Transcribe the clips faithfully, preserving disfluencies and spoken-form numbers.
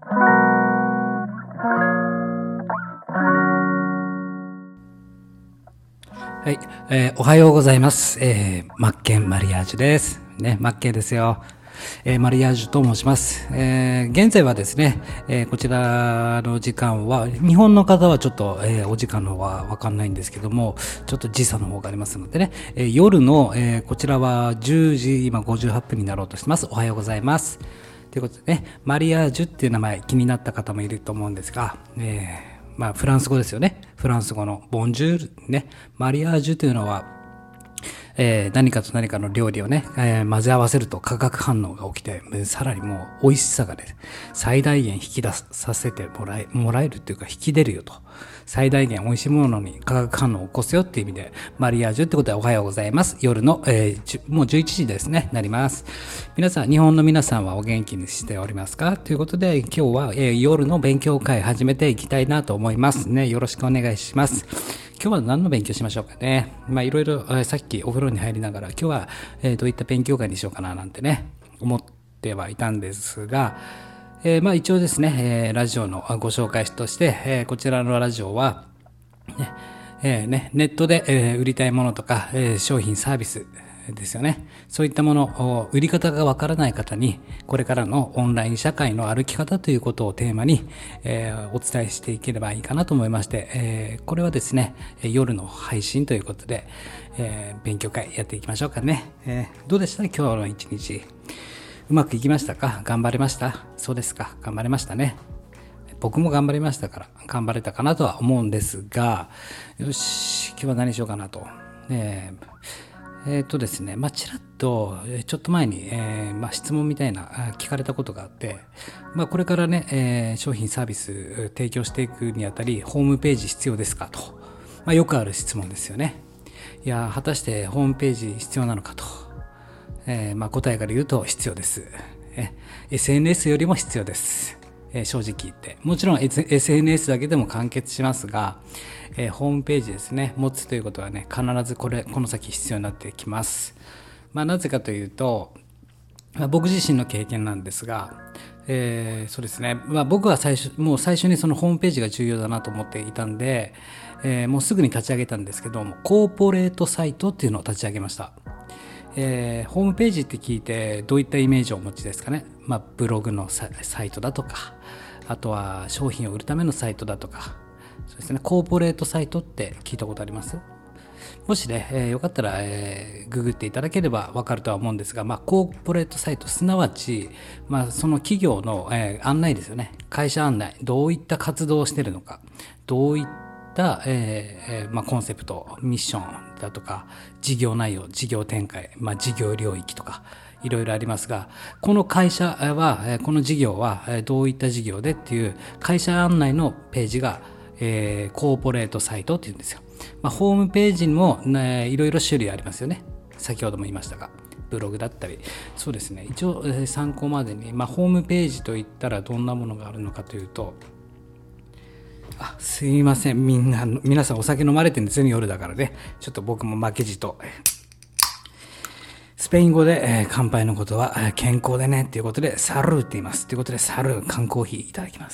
はい、えーおはようございます。えーマッケンマリアージュです。ね、マッケンですよ。えーマリアージュと申します。えー現在はですね、えーこちらの時間は、日本の方はちょっと、えーお時間の方はわかんないんですけども、ちょっと時差の方がありますのでね、えー夜の、えーこちらはじゅうじ、今ごじゅうはっぷんになろうとしてます。おはようございます。ということでね、マリアージュっていう名前気になった方もいると思うんですが、えーまあ、フランス語ですよね。フランス語のボンジュールね。マリアージュというのは、えー何かと何かの料理をね、えー混ぜ合わせると化学反応が起きて、えーさらにもう美味しさがね、最大限引き出させてもらえ、もらえるというか引き出るよと。最大限美味しいものに化学反応を起こすよっていう意味で、マリアージュってことはおはようございます。夜の、えーじゅもうじゅういちじですね、なります。皆さん、日本の皆さんはお元気にしておりますかということで、今日は、えー夜の勉強会始めていきたいなと思いますね。よろしくお願いします。今日は何の勉強しましょうかね。まあいろいろ、えーさっきお風呂に入りながら、今日は、えーどういった勉強会にしようかななんてね、思ってはいたんですが、えーまあ一応ですね、えーラジオのご紹介として、えーこちらのラジオは、ねえーね、ネットで、えー売りたいものとか、えー商品サービスですよね。そういったものを売り方がわからない方に、これからのオンライン社会の歩き方ということをテーマに、えーお伝えしていければいいかなと思いまして、えーこれはですね、夜の配信ということで、えー勉強会やっていきましょうかね。えーどうでした今日の一日。うまくいきましたか？頑張れました？そうですか。頑張れましたね。僕も頑張りましたから頑張れたかなとは思うんですが、よし今日は何しようかなと。えーえーっとですね、まあ、ちらっと、えーちょっと前に、えーまあ、質問みたいなあ聞かれたことがあって、まあ、これからね、えー商品サービスえー提供していくにあたり、ホームページ必要ですかと。まあ、よくある質問ですよね。いや、果たしてホームページ必要なのかと。えーまあ、答えから言うと必要です。え エスエヌエス よりも必要です。えー正直言って。もちろん エスエヌエス だけでも完結しますが、えーホームページですね、持つということはね、必ずこれ、この先必要になってきます。まあ、なぜかというと、まあ僕自身の経験なんですが、えーそうですね、まあ、僕は最初もう最初にそのホームページが重要だなと思っていたんで、えーもうすぐに立ち上げたんですけども、コーポレートサイトっていうのを立ち上げました。えーホームページって聞いてどういったイメージをお持ちですかね。まあ、ブログのササイトだとか、あとは商品を売るためのサイトだとか、そうですね、コーポレートサイトって聞いたことあります？もしね、えーよかったら、えーググっていただければわかるとは思うんですが、まあ、コーポレートサイト、すなわち、まあ、その企業の、えー案内ですよね。会社案内、どういった活動をしているのか、どういった、えーえーまあ、コンセプト、ミッションだとか、事業内容、事業展開、まあ、事業領域とか、いろいろありますが、この会社は、えーこの事業はえーどういった事業でっていう会社案内のページが、えーコーポレートサイトっていうんですよ。まあ、ホームページにも、ね、いろいろ種類ありますよね。先ほども言いましたが、ブログだったり、そうですね、一応、えー参考までに、まあ、ホームページといったらどんなものがあるのかというと、あ、すいません、みんな、皆さんお酒飲まれてるんですよね、夜だからね。ちょっと僕も負けじと。スペイン語で、えー乾杯のことは、えー健康でねっていうことで、サルーって言います。ということで、サルー、缶コーヒーいただきます。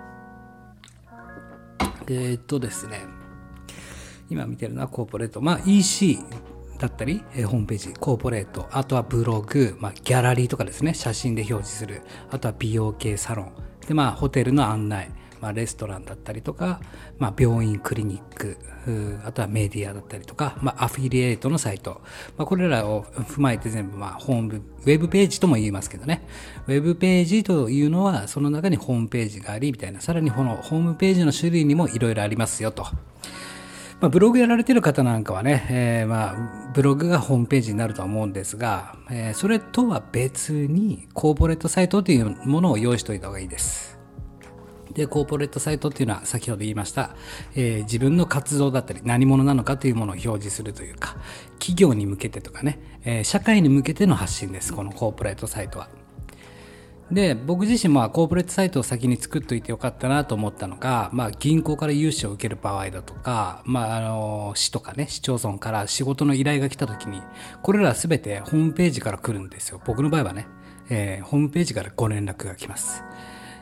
えーっとですね、今見てるのはコーポレート、まあ イーシー だったり、えーホームページ、コーポレート、あとはブログ、まあ、ギャラリーとかですね、写真で表示する、あとは美容系サロン、で、まあ、ホテルの案内、まあ、レストランだったりとか、まあ、病院、クリニック、あとはメディアだったりとか、まあ、アフィリエイトのサイト、まあ、これらを踏まえて全部、まあ、ホーム、ウェブページとも言いますけどね、ウェブページというのは、その中にホームページがあり、みたいな、さらにこのホームページの種類にもいろいろありますよと。まあ、ブログやられてる方なんかはね、えーまあ、ブログがホームページになるとは思うんですが、えーそれとは別にコーポレートサイトというものを用意しておいた方がいいです。で、コーポレートサイトっていうのは先ほど言いました、えー自分の活動だったり何者なのかというものを表示するというか、企業に向けてとかね、えー社会に向けての発信です、このコーポレートサイトは。で、僕自身もコーポレートサイトを先に作っといてよかったなと思ったのが、まあ、銀行から融資を受ける場合だとか、まあ、あの市とかね、市町村から仕事の依頼が来た時に、これらすべてホームページから来るんですよ。僕の場合はね、えーホームページからご連絡が来ます。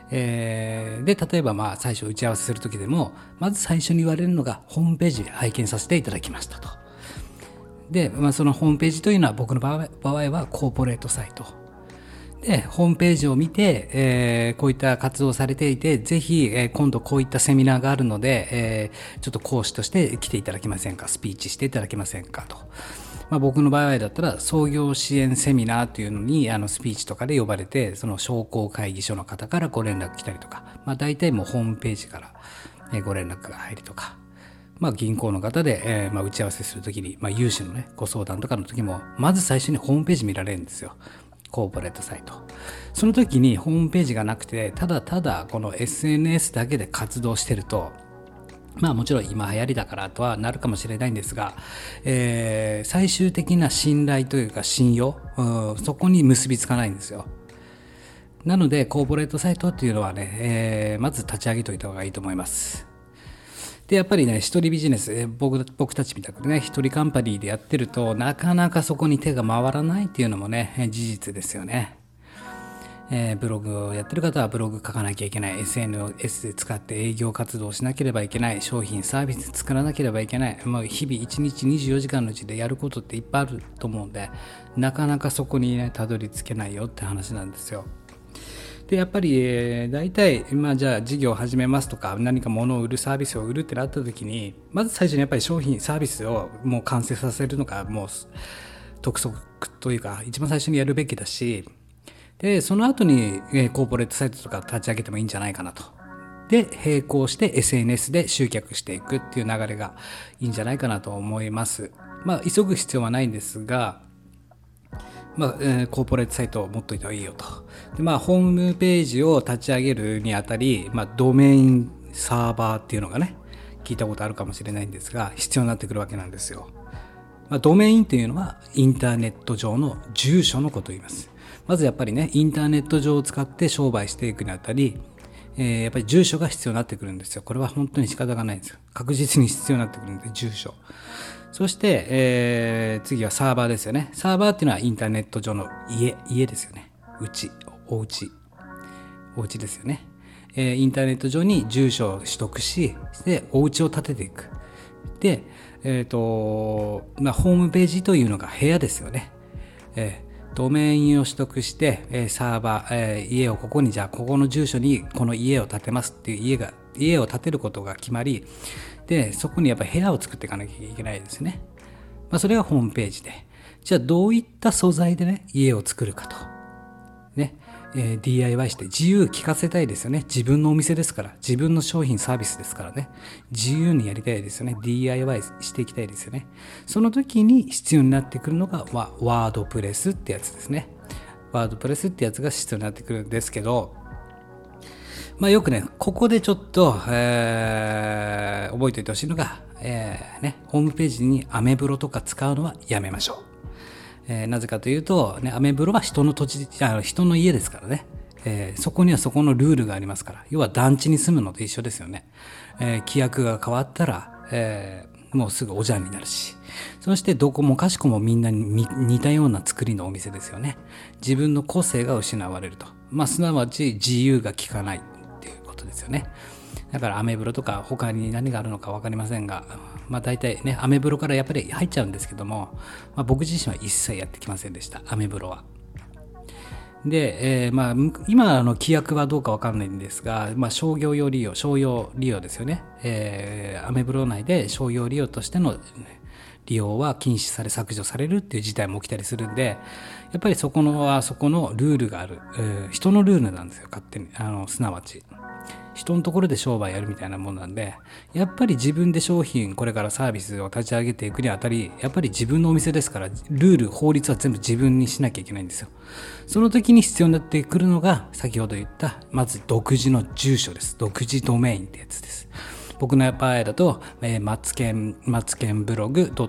えー、で、例えばまあ最初打ち合わせするときでも、まず最初に言われるのがホームページ拝見させていただきましたと。で、まあ、そのホームページというのは僕の場合場合はコーポレートサイト。で、ホームページを見て、えー、こういった活動をされていて、ぜひ、えー、今度こういったセミナーがあるので、えー、ちょっと講師として来ていただけませんか、スピーチしていただけませんかと。まあ、僕の場合だったら創業支援セミナーというのにあのスピーチとかで呼ばれて、その商工会議所の方からご連絡来たりとか、まあ、大体もうホームページからご連絡が入りとか、まあ、銀行の方で、えーまあ、打ち合わせするときに、まあ、融資のねご相談とかの時もまず最初にホームページ見られるんですよ、コーポレートサイト。その時にホームページがなくて、ただただこの エスエヌエス だけで活動してると、まあもちろん今流行りだからとはなるかもしれないんですが、えー、最終的な信頼というか信用、うん、そこに結びつかないんですよ。なのでコーポレートサイトっていうのはね、えー、まず立ち上げといた方がいいと思います。で、やっぱりね、一人ビジネス、えー、僕、僕たちみたくね、一人カンパニーでやってると、なかなかそこに手が回らないっていうのもね、事実ですよね。えー、ブログをやってる方はブログ書かなきゃいけない、 エスエヌエス で使って営業活動をしなければいけない、商品サービス作らなければいけない、まあ、日々いちにちにじゅうよじかんのうちでやることっていっぱいあると思うんで、なかなかそこにねたどり着けないよって話なんですよ。でやっぱり、えー、大体、まあ、じゃあ事業を始めますとか何か物を売るサービスを売るってなった時に、まず最初にやっぱり商品サービスをもう完成させるのがもう督促というか一番最初にやるべきだし、でその後にコーポレートサイトとか立ち上げてもいいんじゃないかなと。で並行して エスエヌエス で集客していくっていう流れがいいんじゃないかなと思います。まあ急ぐ必要はないんですが、まあえー、コーポレートサイトを持っといた方がいいよと。で、まあ、ホームページを立ち上げるにあたり、まあ、ドメインサーバーっていうのがね聞いたことあるかもしれないんですが、必要になってくるわけなんですよ。まあ、ドメインというのはインターネット上の住所のことを言います。まずやっぱりね、インターネット上を使って商売していくにあたり、えー、やっぱり住所が必要になってくるんですよ。これは本当に仕方がないんですよ。確実に必要になってくるんで、住所。そして、えー、次はサーバーですよね。サーバーっていうのはインターネット上の家、家ですよね。うち、おうち、おうちですよね。えー、インターネット上に住所を取得し、で、お家を建てていく。で、えっと、まあ、ホームページというのが部屋ですよね。えードメインを取得して、えー、サーバー、えー、家をここに、じゃあここの住所にこの家を建てますっていう家が、家を建てることが決まり、で、そこにやっぱり部屋を作っていかなきゃいけないですね。まあ、それがホームページで。じゃあどういった素材でね、家を作るかと。ね。えー、ディーアイワイ して自由聞かせたいですよね。自分のお店ですから、自分の商品サービスですからね、自由にやりたいですよね。 ディーアイワイ していきたいですよね。その時に必要になってくるのがワードプレスってやつですね。ワードプレスってやつが必要になってくるんですけど、まあよくね、ここでちょっと、えー、覚えておいてほしいのが、えーね、ホームページにアメブロとか使うのはやめましょう。えー、なぜかというと、ね、アメブロは人の土地、あ人の家ですからね、えー、そこにはそこのルールがありますから、要は団地に住むのと一緒ですよね。えー、規約が変わったら、えー、もうすぐおじゃんになるし、そしてどこもかしこもみんなに似たような作りのお店ですよね。自分の個性が失われると。まあ、すなわち自由が利かないっていうことですよね。だからアメブロとか他に何があるのか分かりませんが、まあ大体ね、アメブロからやっぱり入っちゃうんですけども、まあ、僕自身は一切やってきませんでした、アメブロは。で、えー、まあ今の規約はどうか分かんないんですが、まあ、商業用利用、商用利用ですよね。えー、アメブロ内で商業利用としての利用は禁止され削除されるっていう事態も起きたりするんで、やっぱりそこのはそこのルールがある、えー、人のルールなんですよ、勝手に、あのすなわち人のところで商売やるみたいなもんなんで、やっぱり自分で商品、これからサービスを立ち上げていくにあたり、やっぱり自分のお店ですから、ルール、法律は全部自分にしなきゃいけないんですよ。その時に必要になってくるのが、先ほど言った、まず独自の住所です。独自ドメインってやつです。僕の場合だと、えー、マツケン、マツケンブログ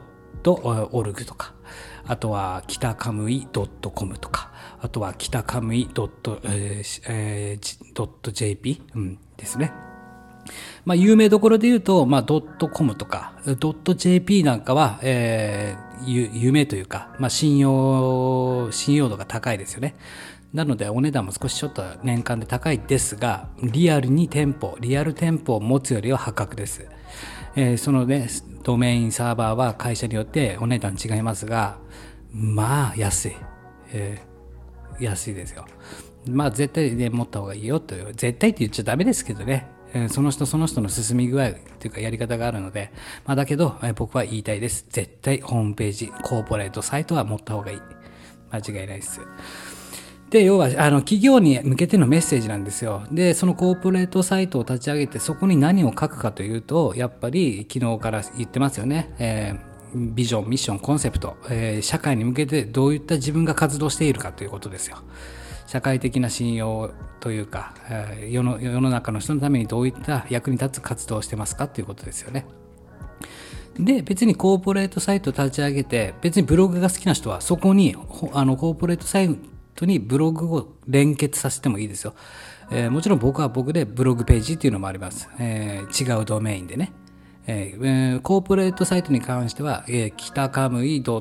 .org とか、あとは北カムイ .com とか、あとは北カムイ .jp、うん、ですね。まあ、有名どころで言うと、まあ、.com とか .jp なんかは、えー、有名というか、まあ、信用信用度が高いですよね。 なのでお値段も少しちょっと年間で高いですが、リアルに店舗リアル店舗を持つよりは破格です。えー、そのねドメインサーバーは会社によってお値段違いますが、まあ安い、えー、安いですよ。まあ絶対ね持った方がいいよという、絶対って言っちゃダメですけどね、えー、その人その人の進み具合っていうかやり方があるので、まあ、だけど、えー、僕は言いたいです。絶対ホームページコーポレートサイトは持った方がいい、間違いないです。で、要はあの企業に向けてのメッセージなんですよ。で、そのコーポレートサイトを立ち上げて、そこに何を書くかというと、やっぱり昨日から言ってますよね。えー、ビジョン、ミッション、コンセプト、えー、社会に向けてどういった自分が活動しているかということですよ。社会的な信用というか、えー、世の、世の中の人のためにどういった役に立つ活動をしてますかということですよね。で、別にコーポレートサイトを立ち上げて、別にブログが好きな人はそこにあのコーポレートサイトにブログを連結させてもいいですよ。えー、もちろん僕は僕でブログページっていうのもあります。えー、違うドメインでね。えー、コーポレートサイトに関しては、えー、北カムイ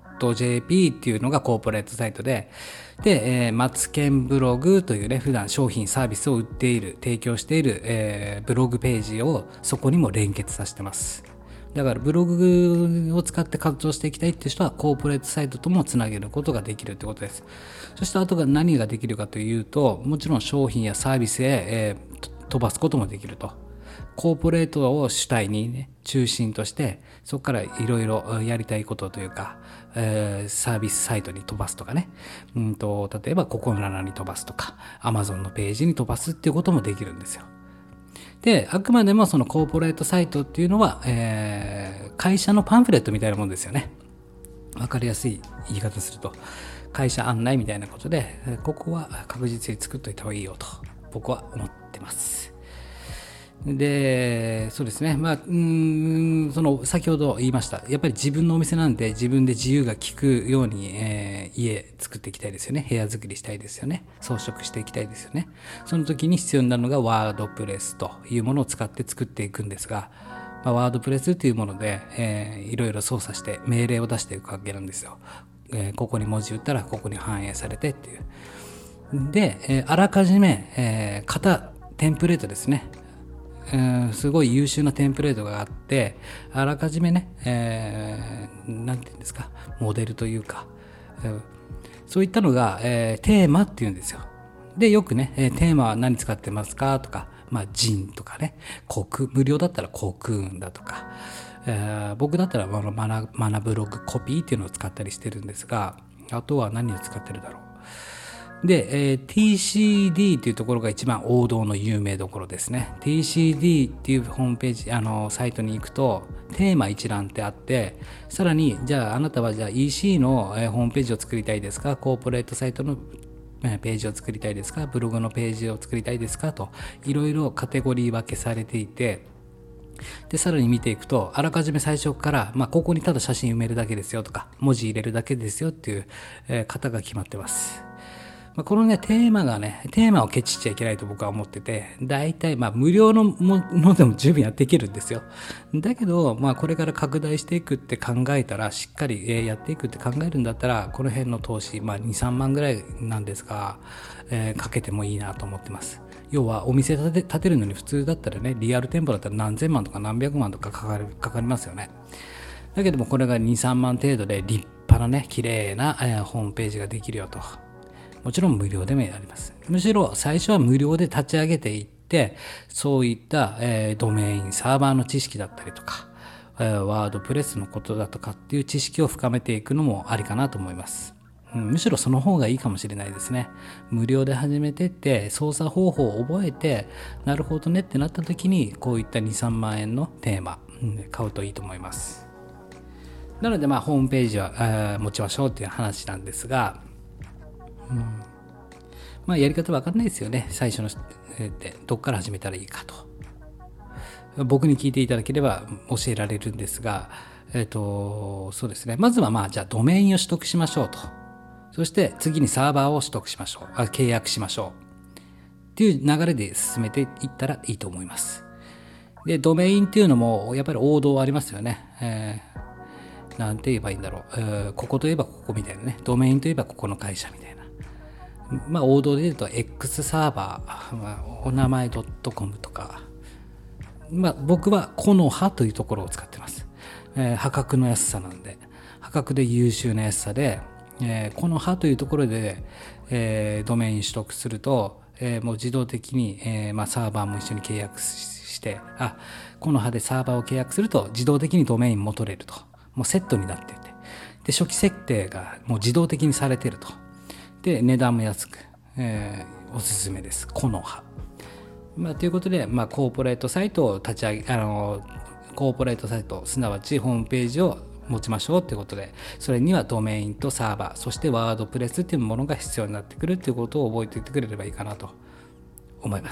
.jp っていうのがコーポレートサイトで、で、えー、マツケンブログというね、普段商品サービスを売っている、提供している、えー、ブログページをそこにも連結させてます。だからブログを使って活動していきたいっていう人はコーポレートサイトともつなげることができるってことです。そしてあとが何ができるかというと、もちろん商品やサービスへ、えー、飛ばすこともできると。コーポレートを主体に、ね、中心としてそこからいろいろやりたいことというか、えー、サービスサイトに飛ばすとかね、うんと例えばココナラに飛ばすとか Amazon のページに飛ばすっていうこともできるんですよ。で、あくまでもそのコーポレートサイトっていうのは、えー、会社のパンフレットみたいなもんですよね。わかりやすい言い方すると、会社案内みたいなことで、ここは確実に作っといた方がいいよと僕は思ってます。で、そうですね。まあ、うーん、その、先ほど言いました。やっぱり自分のお店なんで、自分で自由が利くように、えー、家作っていきたいですよね。部屋作りしたいですよね。装飾していきたいですよね。その時に必要になるのがワードプレスというものを使って作っていくんですが、まあ、ワードプレスというもので、えー、いろいろ操作して命令を出していくわけなんですよ。えー、ここに文字打ったら、ここに反映されてっていう。で、えー、あらかじめ、えー、型、テンプレートですね。すごい優秀なテンプレートがあって、あらかじめね、えー、なんていうんですか、モデルというか、えー、そういったのが、えー、テーマっていうんですよ。で、よくね、えー、テーマは何使ってますかとか、まあ、ジンとかね、コク、無料だったらコクーンだとか、えー、僕だったらマナ、マナブログコピーっていうのを使ったりしてるんですが、あとは何を使ってるだろう。で、えー、ティーシーディー っていうところが一番王道の有名どころですね。ティーシーディー っていうホームページ、あの、サイトに行くと、テーマ一覧ってあって、さらに、じゃあ、あなたはじゃあ イーシー の、えー、ホームページを作りたいですか？コーポレートサイトのページを作りたいですか？ブログのページを作りたいですか？と、いろいろカテゴリー分けされていて、で、さらに見ていくと、あらかじめ最初から、まあ、ここにただ写真埋めるだけですよとか、文字入れるだけですよっていう、えー、型が決まってます。このね、テーマがね、テーマをケチっちゃいけないと僕は思ってて、大体、まあ、無料のものでも十分やっていけるんですよ。だけど、まあ、これから拡大していくって考えたら、しっかりやっていくって考えるんだったら、この辺の投資、まあ、に、さんまんぐらいなんですが、えー、かけてもいいなと思ってます。要は、お店建て、建てるのに普通だったらね、リアル店舗だったら何千万とか何百万とかかかる、かかりますよね。だけども、これがに、さんまん程度で立派なね、綺麗な、えー、ホームページができるよと。もちろん無料でもやります。むしろ最初は無料で立ち上げていって、そういった、えー、ドメイン、サーバーの知識だったりとか、えー、ワードプレスのことだとかっていう知識を深めていくのもありかなと思います。うん、むしろその方がいいかもしれないですね。無料で始めてって、操作方法を覚えて、なるほどねってなった時に、こういったに、さんまん円のテーマ、うん、買うといいと思います。なので、まあ、ホームページは、えー、持ちましょうっていう話なんですが、うん、まあやり方わかんないですよね。最初のってどっから始めたらいいかと。僕に聞いていただければ教えられるんですが、えっと、そうですね。まずはまあじゃあドメインを取得しましょうと。そして次にサーバーを取得しましょう。あ、契約しましょう。っていう流れで進めていったらいいと思います。で、ドメインっていうのもやっぱり王道ありますよね。えー、なんて言えばいいんだろう。えー、ここといえばここみたいなね。ドメインといえばここの会社みたいな。 まあ王道で言うと X サーバー、まあ、お名前 .com とか、まあ僕はコノハというところを使ってます。えー、破格の安さなんで、破格で優秀な安さで、えー、コノハというところで、えー、ドメイン取得すると、えー、もう自動的に、えーまあ、サーバーも一緒に契約して、あ、コノハでサーバーを契約すると自動的にドメインも取れると。もうセットになっていて。で、初期設定がもう自動的にされていると。で、値段も安く、えー、おすすめです。コノハ。まあ、ということで、まあ、コーポレートサイトを立ち上げ、あの、コーポレートサイト、すなわちホームページを持ちましょうということで、それにはドメインとサーバー、そしてワードプレスっていうものが必要になってくるっていうことを覚えておいてくれればいいかなと思います。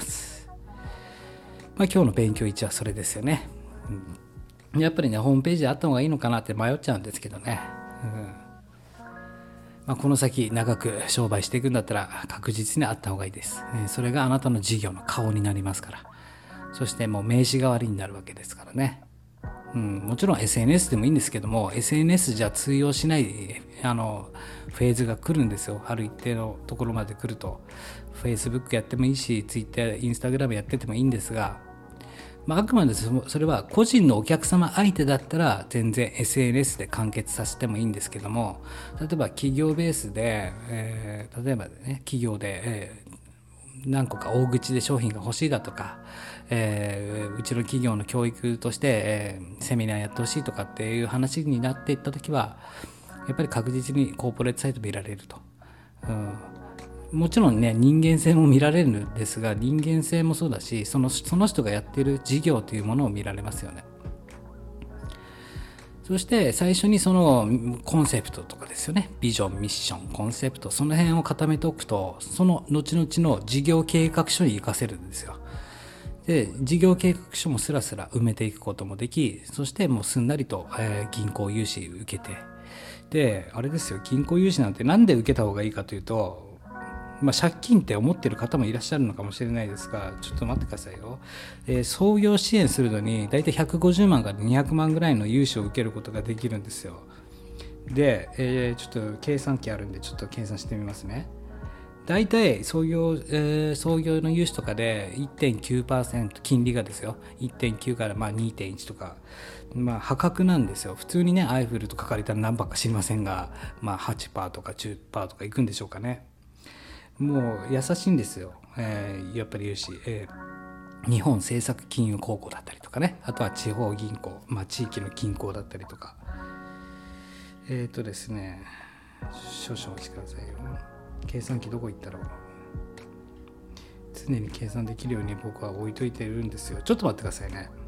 まあ、今日の勉強いちはそれですよね。うん、やっぱりね、ホームページあった方がいいのかなって迷っちゃうんですけどね。うんまあ、この先長く商売していくんだったら確実にあった方がいいです。それがあなたの事業の顔になりますから。そしてもう名刺代わりになるわけですからね。うん、もちろん エスエヌエス でもいいんですけども、 エスエヌエス じゃ通用しないあのフェーズが来るんですよ。ある一定のところまで来ると Facebook やってもいいし Twitter、Instagram やっててもいいんですが、まあ、あくまでそれは個人のお客様相手だったら全然 エスエヌエス で完結させてもいいんですけども、例えば企業ベースで、えー、例えばね企業で、えー、何個か大口で商品が欲しいだとか、えー、うちの企業の教育として、えー、セミナーやってほしいとかっていう話になっていった時はやっぱり確実にコーポレートサイト見られると。うんもちろんね人間性も見られるんですが、人間性もそうだし、そのその人がやっている事業というものを見られますよね。そして最初にそのコンセプトとかですよね、ビジョン、ミッション、コンセプト、その辺を固めておくと、その後々の事業計画書に活かせるんですよ。で事業計画書もスラスラ埋めていくこともでき、そしてもうすんなりと、えー、銀行融資受けて、であれですよ、銀行融資なんてなんで受けた方がいいかというと、まあ、借金って思ってる方もいらっしゃるのかもしれないですが、ちょっと待ってくださいよ。えー、創業支援するのにだいたいひゃくごじゅうまんからにひゃくまんぐらいの融資を受けることができるんですよ。で、えー、ちょっと計算機あるんでちょっと計算してみますね。だいたい創業、えー、創業の融資とかで いってんきゅうパーセント 金利がですよ いってんきゅう からまあ にてんいち とか、まあ、破格なんですよ。普通にねアイフルと書かれたら何番か知りませんが、まあ、はちパーセント とか じゅっパーセント とかいくんでしょうかね。もう優しいんですよ、えー、やっぱり融資、えー、日本政策金融公庫だったりとかね、あとは地方銀行、まあ、地域の銀行だったりとか、えっ、ー、とですね少々お待ちくださいよ。計算機どこ行ったろう。常に計算できるように僕は置いといてるんですよ。ちょっと待ってくださいね。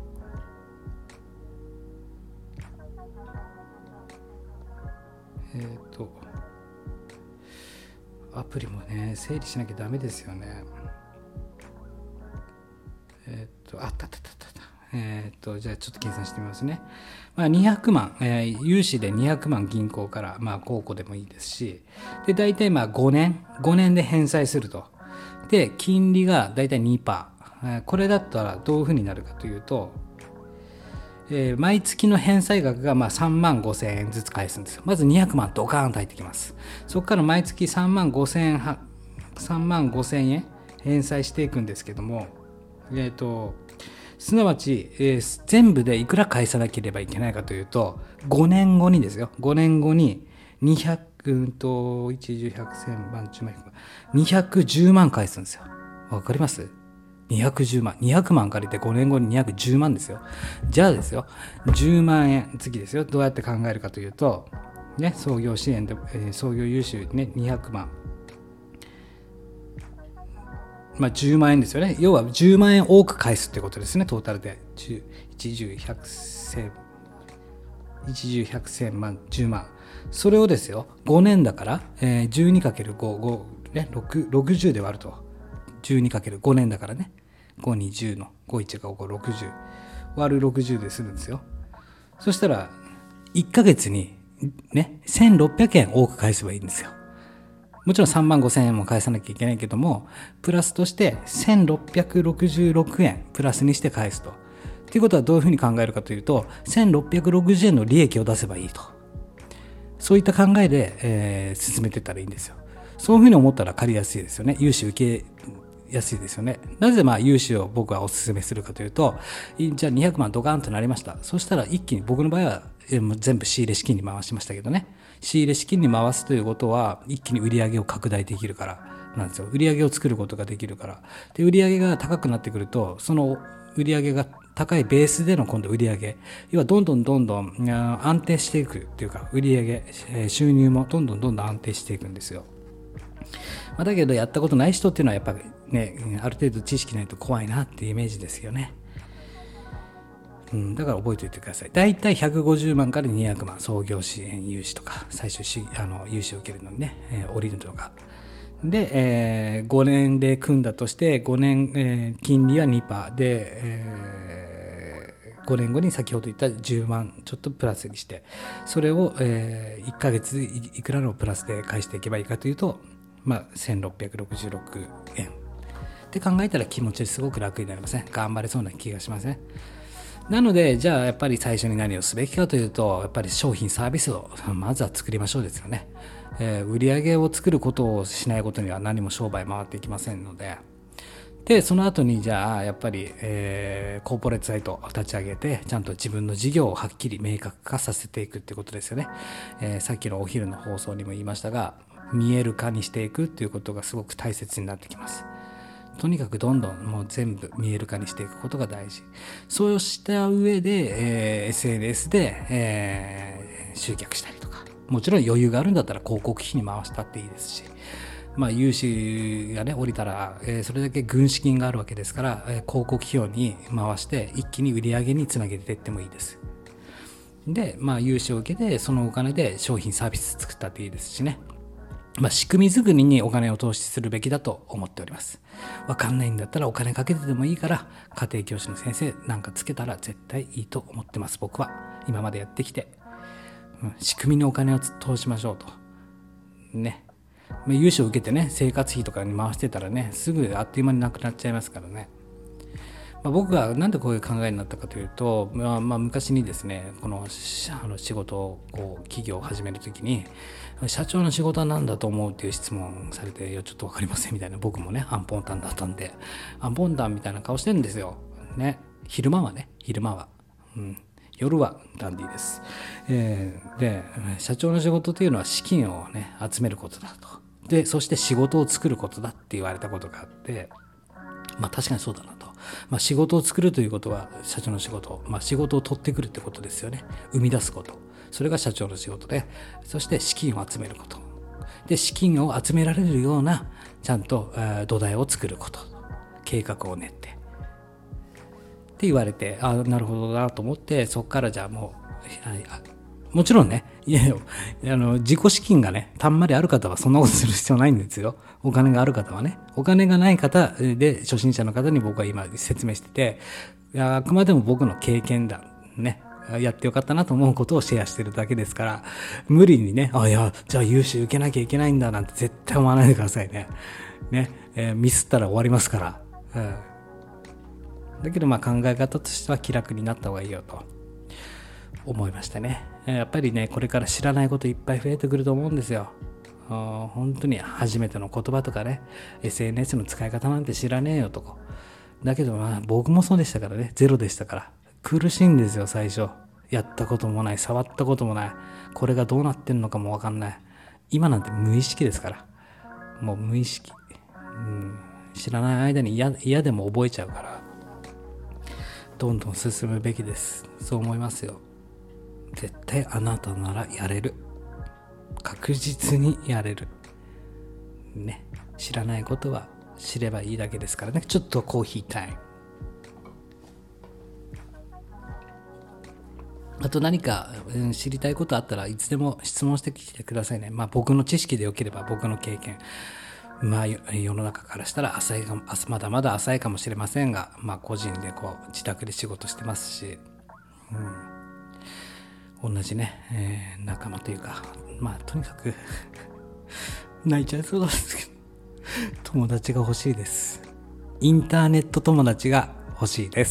えっ、ー、とアプリもね整理しなきゃダメですよね。えっ、ー、とあったあったあったあった。えっ、ー、とじゃあちょっと計算してみますね。まあ、にひゃくまん、えー、融資でにひゃくまん銀行から、まあ、公庫でもいいですし、で大体まあごねんごねんで返済すると。で金利が大体 にパーセント、えー、これだったらどういうふうになるかというと、えー、毎月の返済額がまあさんまんごせんえんずつ返すんですよ。まずにひゃくまんドカーンと入ってきます。そこから毎月さんまんごせんえんはさんまんごせんえん返済していくんですけども、えっ、ー、とすなわち、えー、全部でいくら返さなければいけないかというと、ごねんごにですよ、ごねんごににひゃく、うんといち、じゅう、ひゃく、せんまん、じゅうまん、にひゃくじゅうまん返すんですよ。わかります？にひゃくじゅうまん、にひゃくまん借りてごねんごににひゃくじゅうまんですよ。じゃあですよ、じゅうまんえん、次ですよ、どうやって考えるかというと、ね、創業支援で、えー、創業融資ね、にひゃくまん。まあじゅうまんえんですよね。要はじゅうまんえん多く返すってことですね、トータルで。いち、じゅう、ひゃく、せん、いち、じゅう、ひゃく、せんまん、じゅうまん。それをですよ、ごねんだから、えー、じゅうにかけるご、ご、ね、ろく、ろくじゅうで割ると。じゅうにかけるご 年だからね。ごにじゅうのごいちがご、ろくじゅう。割るろくじゅうでするんですよ。そしたら、いっかげつにね、せんろっぴゃくえん多く返せばいいんですよ。もちろんさんまんごせんえんも返さなきゃいけないけども、プラスとしてせんろっぴゃくろくじゅうろくえんプラスにして返すと。ということはどういうふうに考えるかというと、せんろっぴゃくろくじゅうえんの利益を出せばいいと。そういった考えで、えー、進めていったらいいんですよ。 そういうふうに思ったら借りやすいですよね。融資受けやすいですよね。なぜまあ融資を僕はお勧めするかというと、じゃあにひゃくまんドカーンとなりました。そしたら一気に、僕の場合は全部仕入れ資金に回しましたけどね、仕入れ資金に回すということは一気に売り上げを拡大できるからなんですよ。売り上げを作ることができるから。で、売り上げが高くなってくると、その売り上げが高いベースでの今度売り上げ、要はどんどんどんどん安定していくっていうか、売り上げ、収入もどんどんどんどん安定していくんですよ。まあ、だけどやったことない人っていうのはやっぱりね、ある程度知識ないと怖いなっていうイメージですよね。うん、だから覚えておいてください。だいたいひゃくごじゅうまんからにひゃくまん、創業支援融資とか、最終しあの融資を受けるのにね、えー、降りるとか。で、えー、ごねんで組んだとして、ごねん、えー、金利は にパーセント で、えー、ごねんごに先ほど言ったじゅうまんちょっとプラスにして、それを、えー、いっかげつ い, いくらのプラスで返していけばいいかというと、まあ、せんろっぴゃくろくじゅうろくえんって考えたら気持ちすごく楽になりません？頑張れそうな気がしません？なので、じゃあやっぱり最初に何をすべきかというと、やっぱり商品サービスをまずは作りましょうですよね。えー、売上を作ることをしないことには何も商売回っていきませんので、でその後にじゃあやっぱり、えー、コーポレートサイトを立ち上げて、ちゃんと自分の事業をはっきり明確化させていくってことですよね。えー、さっきのお昼の放送にも言いましたが、見える化にしていくっていうことがすごく大切になってきます。とにかくどんどんもう全部見える化にしていくことが大事。そうした上で、えー、エスエヌエス で、えー、集客したりとか、もちろん余裕があるんだったら広告費に回したっていいですし、まあ、融資がね降りたら、えー、それだけ軍資金があるわけですから、えー、広告費用に回して一気に売り上げにつなげていってもいいです。で、まあ、融資を受けてそのお金で商品サービス作ったっていいですしね。まあ、仕組み作りにお金を投資するべきだと思っております。わかんないんだったらお金かけてでもいいから家庭教師の先生なんかつけたら絶対いいと思ってます。僕は今までやってきて、うん、仕組みにお金を投資しましょうとね。融資を受けてね、生活費とかに回してたらね、すぐあっという間になくなっちゃいますからね。まあ、僕がなんでこういう考えになったかというと、まあ、まあ昔にですね、このあの仕事をこう企業を始めるときに、社長の仕事は何だと思うっていう質問されて、いやちょっと分かりませんみたいな、僕もねアンポンタンだったんで、アンポンタンみたいな顔してるんですよね。昼間はね、昼間は、うん、夜はダンディーです。えー、で社長の仕事というのは資金をね集めることだと。でそして仕事を作ることだって言われたことがあって、まあ確かにそうだなと。まあ、仕事を作るということは社長の仕事、まあ、仕事を取ってくるってことですよね。生み出すこと、それが社長の仕事で、そして資金を集めることで、資金を集められるようなちゃんと土台を作ること、計画を練ってって言われて、ああなるほどなと思って、そこからじゃあもうもちろんね、いやあの自己資金がねたんまりある方はそんなことする必要ないんですよ。お金がある方はね、お金がない方で初心者の方に僕は今説明してて、いやあくまでも僕の経験だね、やってよかったなと思うことをシェアしてるだけですから、無理にね、あいやじゃあ融資受けなきゃいけないんだなんて絶対思わないでくださいね。ね、えー、ミスったら終わりますから。うん、だけどまあ考え方としては気楽になった方がいいよと思いましたね。やっぱりね、これから知らないこといっぱい増えてくると思うんですよ。本当に初めての言葉とかね、 エスエヌエス の使い方なんて知らねえよとか。だけどまあ僕もそうでしたからね、ゼロでしたから苦しいんですよ。最初やったこともない、触ったこともない、これがどうなってんのかも分かんない。今なんて無意識ですから、もう無意識、うん、知らない間に嫌、嫌でも覚えちゃうから、どんどん進むべきです。そう思いますよ。絶対あなたならやれる。確実にやれる。ね。知らないことは知ればいいだけですからね。ちょっとコーヒータイム。あと何か、うん、知りたいことあったらいつでも質問してきてくださいね。まあ僕の知識でよければ、僕の経験。まあ世の中からしたら浅いかも、まだまだ浅いかもしれませんが、まあ個人でこう自宅で仕事してますし、うん、同じね、えー、仲間というか、まあとにかく泣いちゃいそうなんですけど、友達が欲しいです。インターネット友達が欲しいです。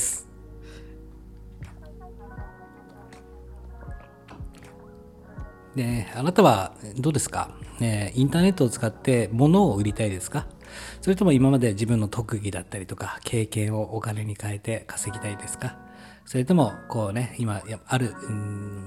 で、あなたはどうですか、えーインターネットを使って物を売りたいですか？それとも今まで自分の特技だったりとか経験をお金に変えて稼ぎたいですか？それともこうね、今やある、うん、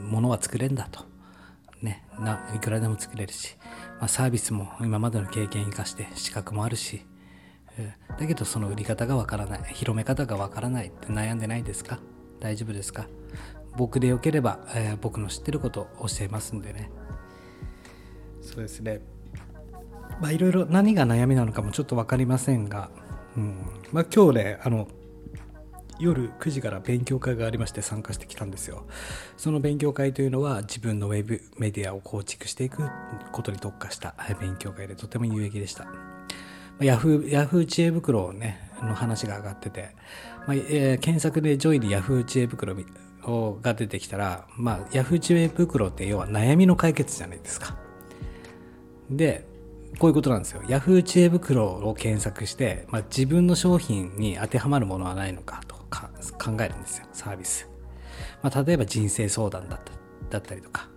ものは作れんだと、ね、ないくらでも作れるし、まあ、サービスも今までの経験生かして資格もあるし、えーだけどその売り方がわからない、広め方がわからないって悩んでないですか？大丈夫ですか？僕でよければ、えー僕の知ってることを教えますんでね。そうですね。まあいろいろ何が悩みなのかもちょっと分かりませんが、うんまあ、今日ねあの夜くじから勉強会がありまして参加してきたんですよ。その勉強会というのは自分のウェブメディアを構築していくことに特化した勉強会でとても有益でした。ヤフー、ヤフー知恵袋をねの話が上がってて、まあえー検索で上位にヤフー知恵袋が出てきたら、まあ、ヤフー知恵袋って要は悩みの解決じゃないですか。でこういうことなんですよ。ヤフー知恵袋を検索して、まあ、自分の商品に当てはまるものはないのかとか考えるんですよ、サービス。まあ、例えば人生相談だっただったりとか。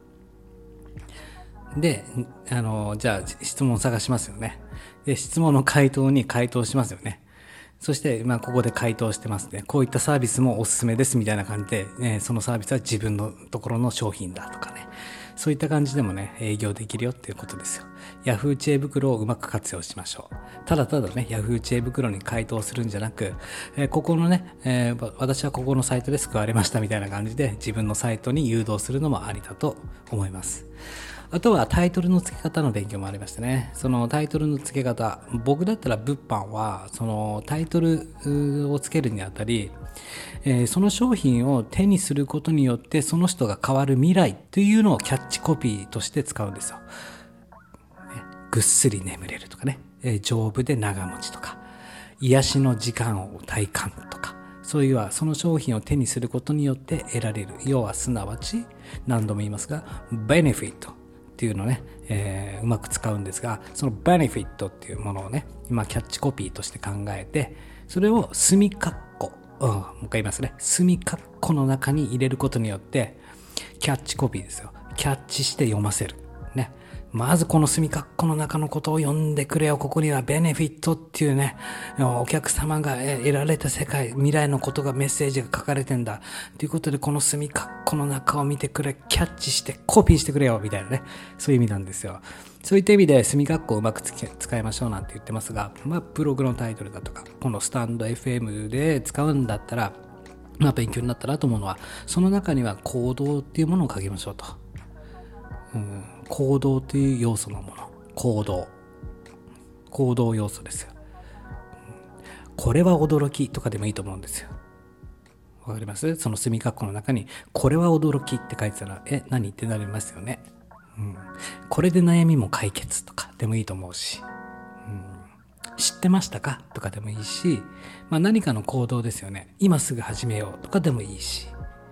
で、あの、じゃあ質問を探しますよね。で、質問の回答に回答しますよね。そして、まあ、ここで回答してますね。こういったサービスもおすすめですみたいな感じで、ね、そのサービスは自分のところの商品だとかね。そういった感じでもね、営業できるよっていうことですよ。ヤフー知恵袋をうまく活用しましょう。ただただね、ヤフー知恵袋に回答するんじゃなく、えーここのね、えー私はここのサイトで救われましたみたいな感じで自分のサイトに誘導するのもありだと思います。あとはタイトルの付け方の勉強もありましたね。そのタイトルの付け方、僕だったら物販はそのタイトルを付けるにあたり、えーその商品を手にすることによってその人が変わる未来というのをキャッチコピーとして使うんですよ。ぐっすり眠れるとかね、えー丈夫で長持ちとか、癒しの時間を体感とか、そういうはその商品を手にすることによって得られる、要はすなわち何度も言いますがベネフィットっていうのをね、えーうまく使うんですが、そのベネフィットっていうものをね今キャッチコピーとして考えて、それを隅括弧、うん、もう一回言いますね、隅括弧の中に入れることによってキャッチコピーですよ、キャッチして読ませるね。まずこの隅括弧の中のことを読んでくれよ。ここにはベネフィットっていうね、お客様が得られた世界、未来のことがメッセージが書かれてんだ。ということで、この隅括弧の中を見てくれ、キャッチしてコピーしてくれよ、みたいなね。そういう意味なんですよ。そういった意味で隅括弧をうまく使いましょうなんて言ってますが、まあ、ブログのタイトルだとか、このスタンド エフエム で使うんだったら、まあ、勉強になったなと思うのは、その中には行動っていうものを書きましょうと。うん、行動という要素のもの、行動行動要素ですよ。これは驚きとかでもいいと思うんですよ。わかります？その隅括弧の中にこれは驚きって書いてたら、え何ってなりますよね。うん、これで悩みも解決とかでもいいと思うし、うん、知ってましたかとかでもいいし、まあ、何かの行動ですよね。今すぐ始めようとかでもいいし、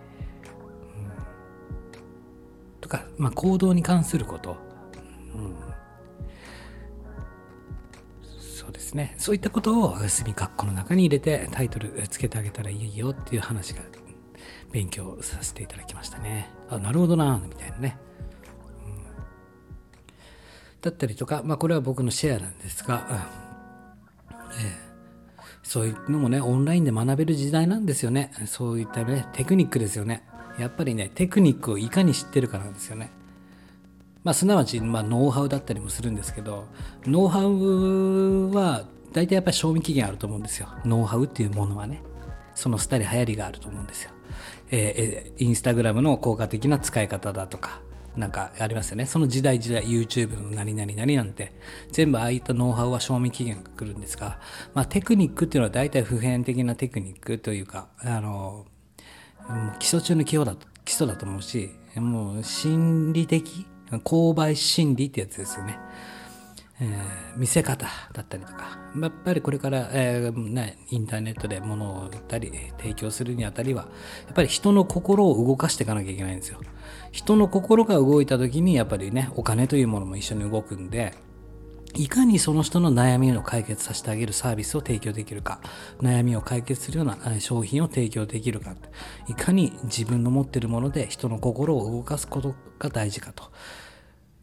とか、まあ、行動に関すること、うん、そうですね。そういったことを隅括弧の中に入れてタイトルつけてあげたらいいよっていう話が勉強させていただきましたね。あ、なるほどなみたいなね、うん、だったりとか、まあこれは僕のシェアなんですが、うんえーそういうのもねオンラインで学べる時代なんですよね。そういったねテクニックですよね。やっぱりねテクニックをいかに知ってるかなんですよね。まあ、すなわち、まあ、ノウハウだったりもするんですけど、ノウハウは大体やっぱり賞味期限あると思うんですよ。ノウハウっていうものはね、そのスタイル流行りがあると思うんですよ。えー、インスタグラムの効果的な使い方だとか、なんかありますよね。その時代時代 YouTube の何々何なんて全部ああいったノウハウは賞味期限が来るんですが、まあ、テクニックっていうのは大体普遍的なテクニックというか、あの基礎中の基礎だと基礎だと思うし、もう心理的購買心理ってやつですよね。えー見せ方だったりとか、やっぱりこれから、えーね、インターネットで物を売ったり提供するにあたりはやっぱり人の心を動かしていかなきゃいけないんですよ。人の心が動いた時にやっぱりねお金というものも一緒に動くんで、いかにその人の悩みを解決させてあげるサービスを提供できるか、悩みを解決するような商品を提供できるか、いかに自分の持っているもので人の心を動かすことが大事かと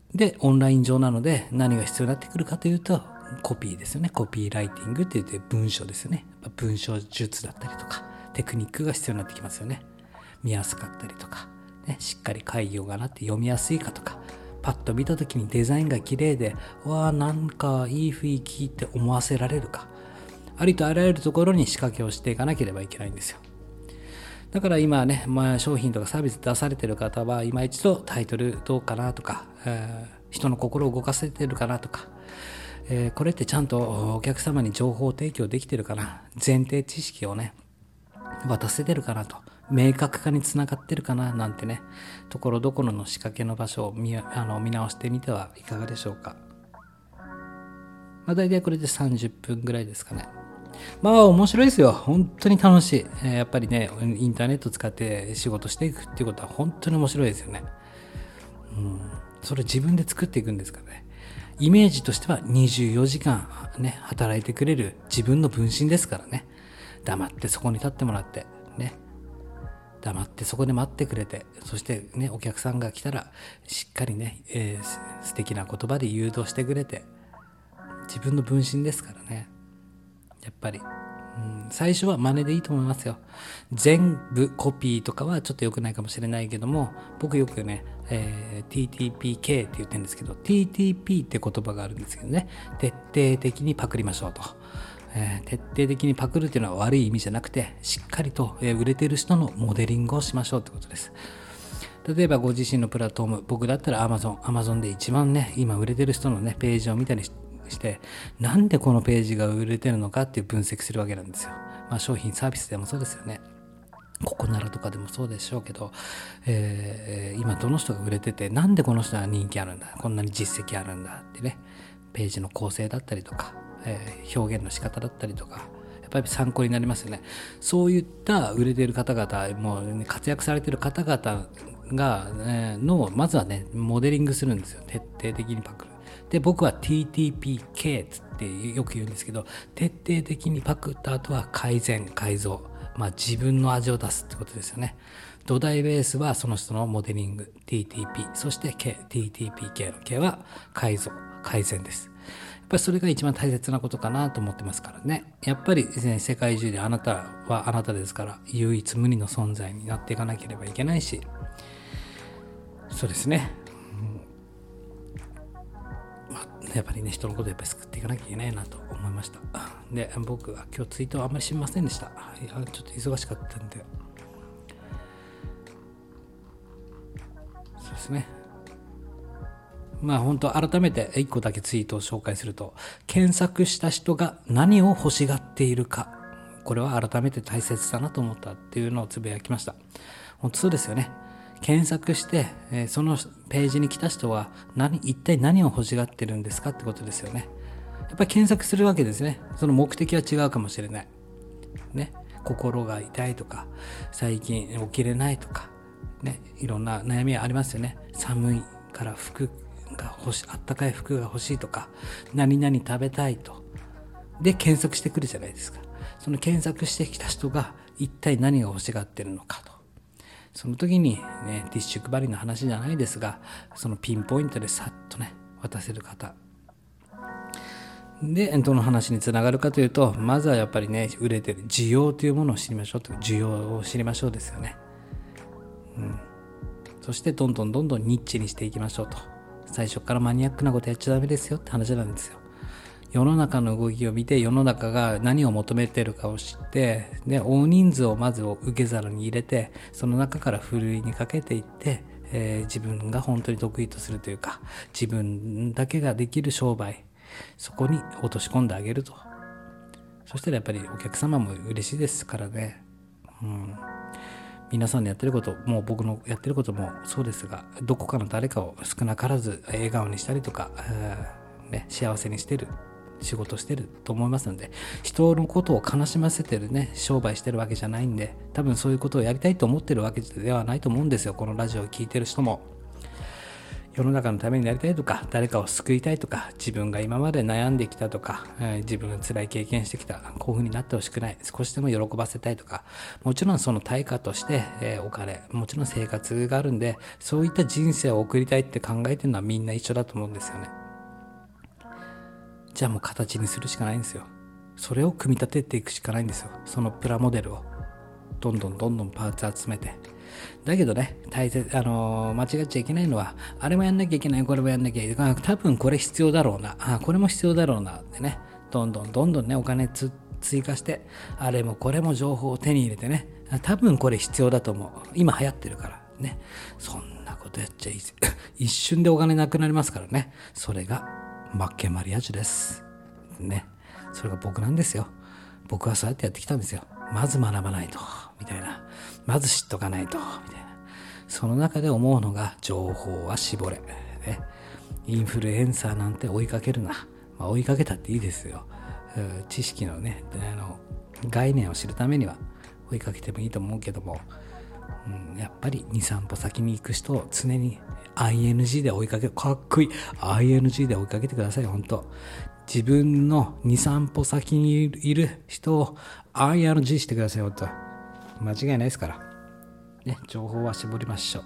でオンライン上なので何が必要になってくるかというと、コピーですよね。コピーライティングって言って文章ですよね。文章術だったりとかテクニックが必要になってきますよね。見やすかったりとか、ね、しっかり開業がなって読みやすいかとか、パッと見た時にデザインが綺麗で、わあなんかいい雰囲気って思わせられるか、ありとあらゆるところに仕掛けをしていかなければいけないんですよ。だから今ね、まあ、商品とかサービス出されてる方は今一度タイトルどうかなとか、えー、人の心を動かせてるかなとか、えー、これってちゃんとお客様に情報提供できてるかな、前提知識をね渡せてるかなと、明確化につながってるかななんてね、ところどころの仕掛けの場所を 見, あの見直してみてはいかがでしょうか。まあ、大体これでさんじゅっぷんぐらいですかね。まあ面白いですよ。本当に楽しい。えー、やっぱりね、インターネット使って仕事していくっていうことは本当に面白いですよね。うん、それ自分で作っていくんですからね。イメージとしてはにじゅうよじかんね、働いてくれる自分の分身ですからね。黙ってそこに立ってもらってね。黙ってそこで待ってくれて、そしてね、お客さんが来たらしっかりね、えー、素敵な言葉で誘導してくれて、自分の分身ですからね。やっぱり、うん、最初は真似でいいと思いますよ。全部コピーとかはちょっと良くないかもしれないけども、僕よくね、えー、ティーティーピーケー って言ってるんですけど、 ティーティーピー って言葉があるんですけどね、徹底的にパクりましょうと、えー、徹底的にパクるっていうのは悪い意味じゃなくて、しっかりと、えー、売れてる人のモデリングをしましょうってことです。例えばご自身のプラットフォーム、僕だったら Amazon、Amazon で一番ね、今売れてる人のね、ページを見たりしてして、なんでこのページが売れてるのかっていう分析するわけなんですよ。まあ、商品サービスでもそうですよね。ここならとかでもそうでしょうけど、えー、今どの人が売れてて、なんでこの人は人気あるんだ、こんなに実績あるんだってね、ページの構成だったりとか、えー、表現の仕方だったりとか、やっぱり参考になりますよね。そういった売れてる方々、もう、ね、活躍されてる方々が、えー、のまずはねモデリングするんですよ。徹底的にパクる。で僕は ティーティーピーケー ってよく言うんですけど、徹底的にパクった後は改善改造、まあ自分の味を出すってことですよね。土台ベースはその人のモデリング ティーティーピー、 そして K、 ティーティーピーケー の K は改造改善です。やっぱりそれが一番大切なことかなと思ってますからね。やっぱり、ね、世界中であなたはあなたですから、唯一無二の存在になっていかなければいけないし、そうですね、うん、まあ、やっぱりね、人のことをやっぱり救っていかなきゃいけないなと思いました。で、僕は今日ツイートはあんまりしませんでした。いや、ちょっと忙しかったんで。そうですね。まあ本当改めていっこだけツイートを紹介すると、検索した人が何を欲しがっているか、これは改めて大切だなと思ったっていうのをつぶやきました。本当そうですよね。検索して、えー、そのページに来た人は何一体何を欲しがってるんですかってことですよね。やっぱり検索するわけですね。その目的は違うかもしれないね。心が痛いとか、最近起きれないとかね、いろんな悩みありますよね。寒いから服が欲しい、あったかい服が欲しいとか、何々食べたいとで検索してくるじゃないですか。その検索してきた人が一体何が欲しがってるのかと、その時にね、ティッシュ配りの話じゃないですが、そのピンポイントでさっとね渡せる方で、どの話につながるかというと、まずはやっぱりね、売れてる需要というものを知りましょうと、需要を知りましょうですよね。うん、そしてどんどんどんどんニッチにしていきましょうと。最初からマニアックなことやっちゃダメですよって話なんですよ。世の中の動きを見て、世の中が何を求めているかを知って、で大人数をまず受け皿に入れて、その中からふるいにかけていって、えー、自分が本当に得意とするというか、自分だけができる商売、そこに落とし込んであげると。そしたらやっぱりお客様も嬉しいですからね。うん、皆さんのやってること、もう僕のやってることもそうですが、どこかの誰かを少なからず笑顔にしたりとか、ね、幸せにしてる仕事してると思いますので、人のことを悲しませてるね商売してるわけじゃないんで、多分そういうことをやりたいと思ってるわけではないと思うんですよ。このラジオを聞いてる人も世の中のためになりたいとか、誰かを救いたいとか、自分が今まで悩んできたとか、えー自分が辛い経験してきた、こういう風になってほしくない、少しでも喜ばせたいとか、もちろんその対価として、えーお金、もちろん生活があるんで、そういった人生を送りたいって考えてるのはみんな一緒だと思うんですよね。じゃあもう形にするしかないんですよ。それを組み立てていくしかないんですよ。そのプラモデルをどんどんどんどんパーツ集めて。だけどね、大切、あのー間違っちゃいけないのは、あれもやんなきゃいけない、これもやんなきゃいけない、多分これ必要だろうな、あこれも必要だろうなってね、どんどんどんどんね、お金つ追加して、あれもこれも情報を手に入れてね、多分これ必要だと思う。今流行ってるからね。そんなことやっちゃいい。一瞬でお金なくなりますからね。それがマッケンマリアージュです。ね。それが僕なんですよ。僕はそうやってやってきたんですよ。まず学ばないと、みたいな。まず知っとかないと、みたいな。その中で思うのが、情報は絞れ。ね。インフルエンサーなんて追いかけるな。まあ、追いかけたっていいですよ。知識のね、あの概念を知るためには追いかけてもいいと思うけども、うん、やっぱりに、さん歩先に行く人を常に アイエヌジー で追いかけ、かっこいい アイエヌジー で追いかけてください。本当自分のに、さん歩先にいる人を アイエヌジー してください。本当間違いないですからね。情報は絞りましょう。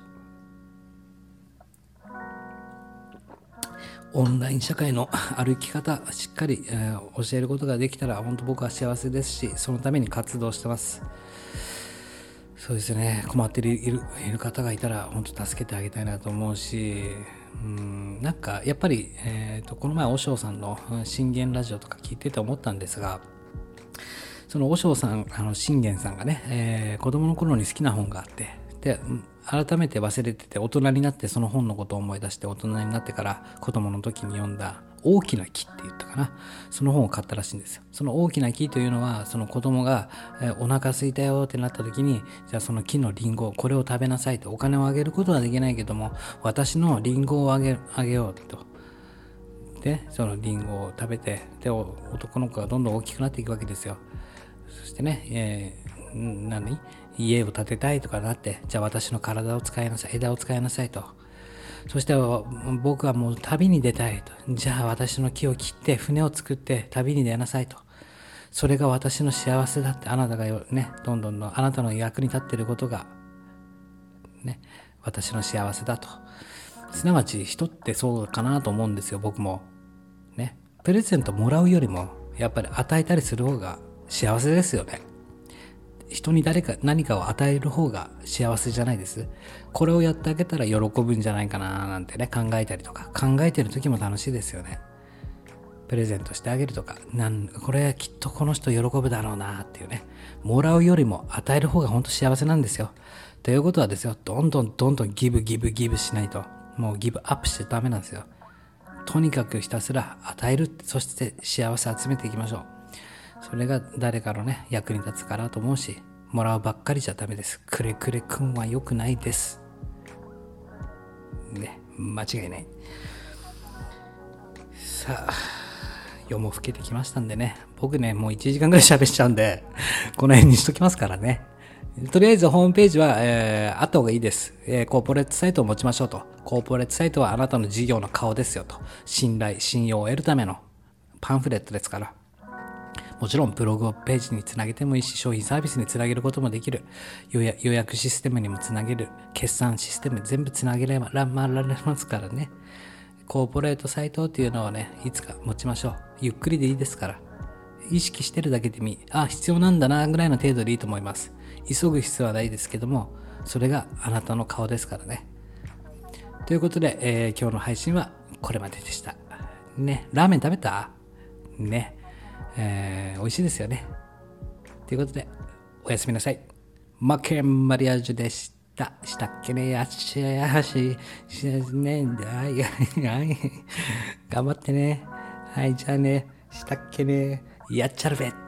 オンライン社会の歩き方しっかり、えー教えることができたら本当僕は幸せですし、そのために活動してます。そうですね。困っている、いる、いる方がいたら本当助けてあげたいなと思うし、うんなんかやっぱり、えー、とこの前和尚さんのうん信玄ラジオとか聞いてて思ったんですが、その和尚さん、あの信玄さんがね、えー子供の頃に好きな本があって、でうん改めて忘れてて、大人になってその本のことを思い出して、大人になってから子供の時に読んだ大きな木って言ったかな、その本を買ったらしいんですよ。その大きな木というのは、その子供が、えーお腹空いたよってなった時に、じゃあその木のリンゴ、これを食べなさいと。お金をあげることはできないけども、私のリンゴをあげあげようと。でそのリンゴを食べて、でお男の子がどんどん大きくなっていくわけですよ。そしてね、えーん何家を建てたいとかなって、じゃあ私の体を使いなさい、枝を使いなさいと。そして僕はもう旅に出たいと。じゃあ私の木を切って船を作って旅に出なさいと。それが私の幸せだって。あなたがよね、どんどんのあなたの役に立っていることがね、私の幸せだと。すなわち人ってそうかなと思うんですよ。僕もね、プレゼントもらうよりもやっぱり与えたりする方が幸せですよね。人に誰か何かを与える方が幸せじゃないです。これをやってあげたら喜ぶんじゃないかななんてね、考えたりとか、考えてる時も楽しいですよね。プレゼントしてあげるとか、なんこれきっとこの人喜ぶだろうなっていうね、もらうよりも与える方が本当幸せなんですよ。ということはですよ、どんどんどんどんギブギブギブしないと、もうギブアップしてダメなんですよ。とにかくひたすら与える、そして幸せ集めていきましょう。それが誰かのね、役に立つかなと思うし、もらうばっかりじゃダメです。くれくれくんは良くないです。ね、間違いない。さあ、夜も更けてきましたんでね、僕ね、もういちじかんぐらい喋っちゃうんで、この辺にしときますからね。とりあえずホームページは、えー、あった方がいいです、えー。コーポレートサイトを持ちましょうと。コーポレートサイトはあなたの事業の顔ですよと。信頼、信用を得るためのパンフレットですから。もちろんブログをページにつなげてもいいし、商品サービスにつなげることもできる。予約システムにもつなげる。決算システム全部つなげればられますからね。コーポレートサイトっていうのはね、いつか持ちましょう。ゆっくりでいいですから。意識してるだけでみ、あ、必要なんだなぐらいの程度でいいと思います。急ぐ必要はないですけども、それがあなたの顔ですからね。ということで、えー今日の配信はこれまででした。ね、ラーメン食べた？ね、えー美味しいですよね。ということで、おやすみなさい。マケンマリアージュでした。したっけね、やっしゃやし、しねんだ。はい、はい。頑張ってね。はい、じゃあね、したっけね、やっちゃるべ。